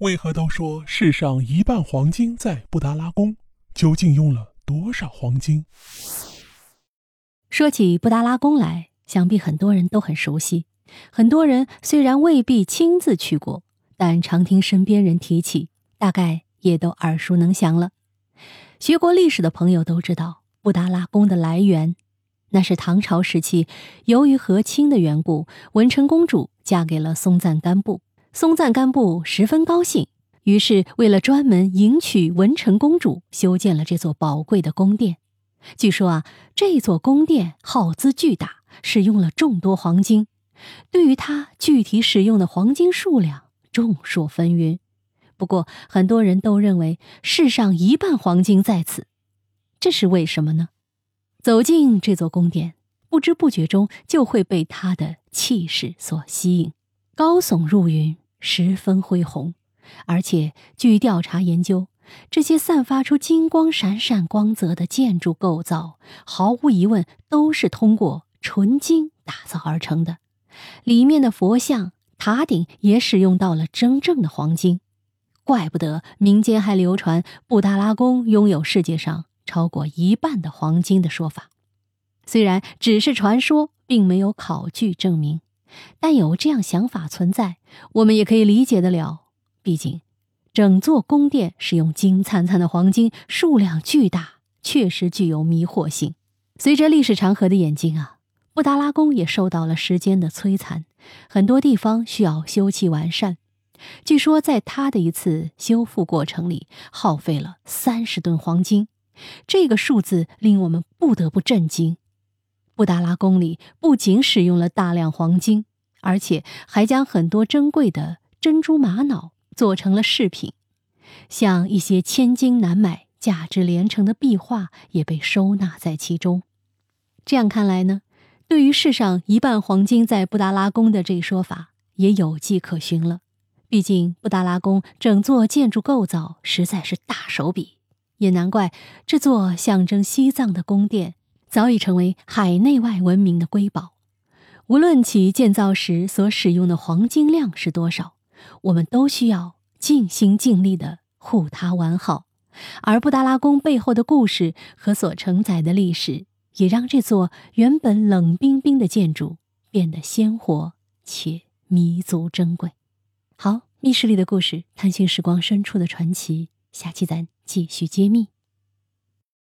为何都说世上一半黄金在布达拉宫？究竟用了多少黄金？ 说起布达拉宫来，想必很多人都很熟悉。很多人虽然未必亲自去过，但常听身边人提起，大概也都耳熟能详了。学过历史的朋友都知道，布达拉宫的来源，那是唐朝时期，由于和亲的缘故，文成公主嫁给了松赞干布。松赞干布十分高兴，于是为了专门迎娶文成公主，修建了这座宝贵的宫殿。据说这座宫殿耗资巨大，使用了众多黄金。对于它具体使用的黄金数量，众说纷纭。不过很多人都认为世上一半黄金在此，这是为什么呢？走进这座宫殿，不知不觉中就会被它的气势所吸引，高耸入云，十分恢宏。而且据调查研究，这些散发出金光闪闪光泽的建筑构造，毫无疑问都是通过纯金打造而成的。里面的佛像、塔顶也使用到了真正的黄金。怪不得民间还流传布达拉宫拥有世界上超过一半的黄金的说法。虽然只是传说，并没有考据证明，但有这样想法存在，我们也可以理解得了。毕竟整座宫殿使用金灿灿的黄金，数量巨大，确实具有迷惑性。随着历史长河的演进布达拉宫也受到了时间的摧残，很多地方需要修葺完善。据说在它的一次修复过程里，耗费了30吨黄金，这个数字令我们不得不震惊。布达拉宫里不仅使用了大量黄金，而且还将很多珍贵的珍珠玛瑙做成了饰品，像一些千金难买、价值连城的壁画也被收纳在其中。这样看来呢，对于世上一半黄金在布达拉宫的这一说法也有迹可循了。毕竟布达拉宫整座建筑构造实在是大手笔，也难怪这座象征西藏的宫殿早已成为海内外闻名的瑰宝。无论其建造时所使用的黄金量是多少，我们都需要尽心尽力地护它完好。而布达拉宫背后的故事和所承载的历史，也让这座原本冷冰冰的建筑变得鲜活且弥足珍贵。好，密室里的故事，探寻时光深处的传奇，下期咱继续揭秘。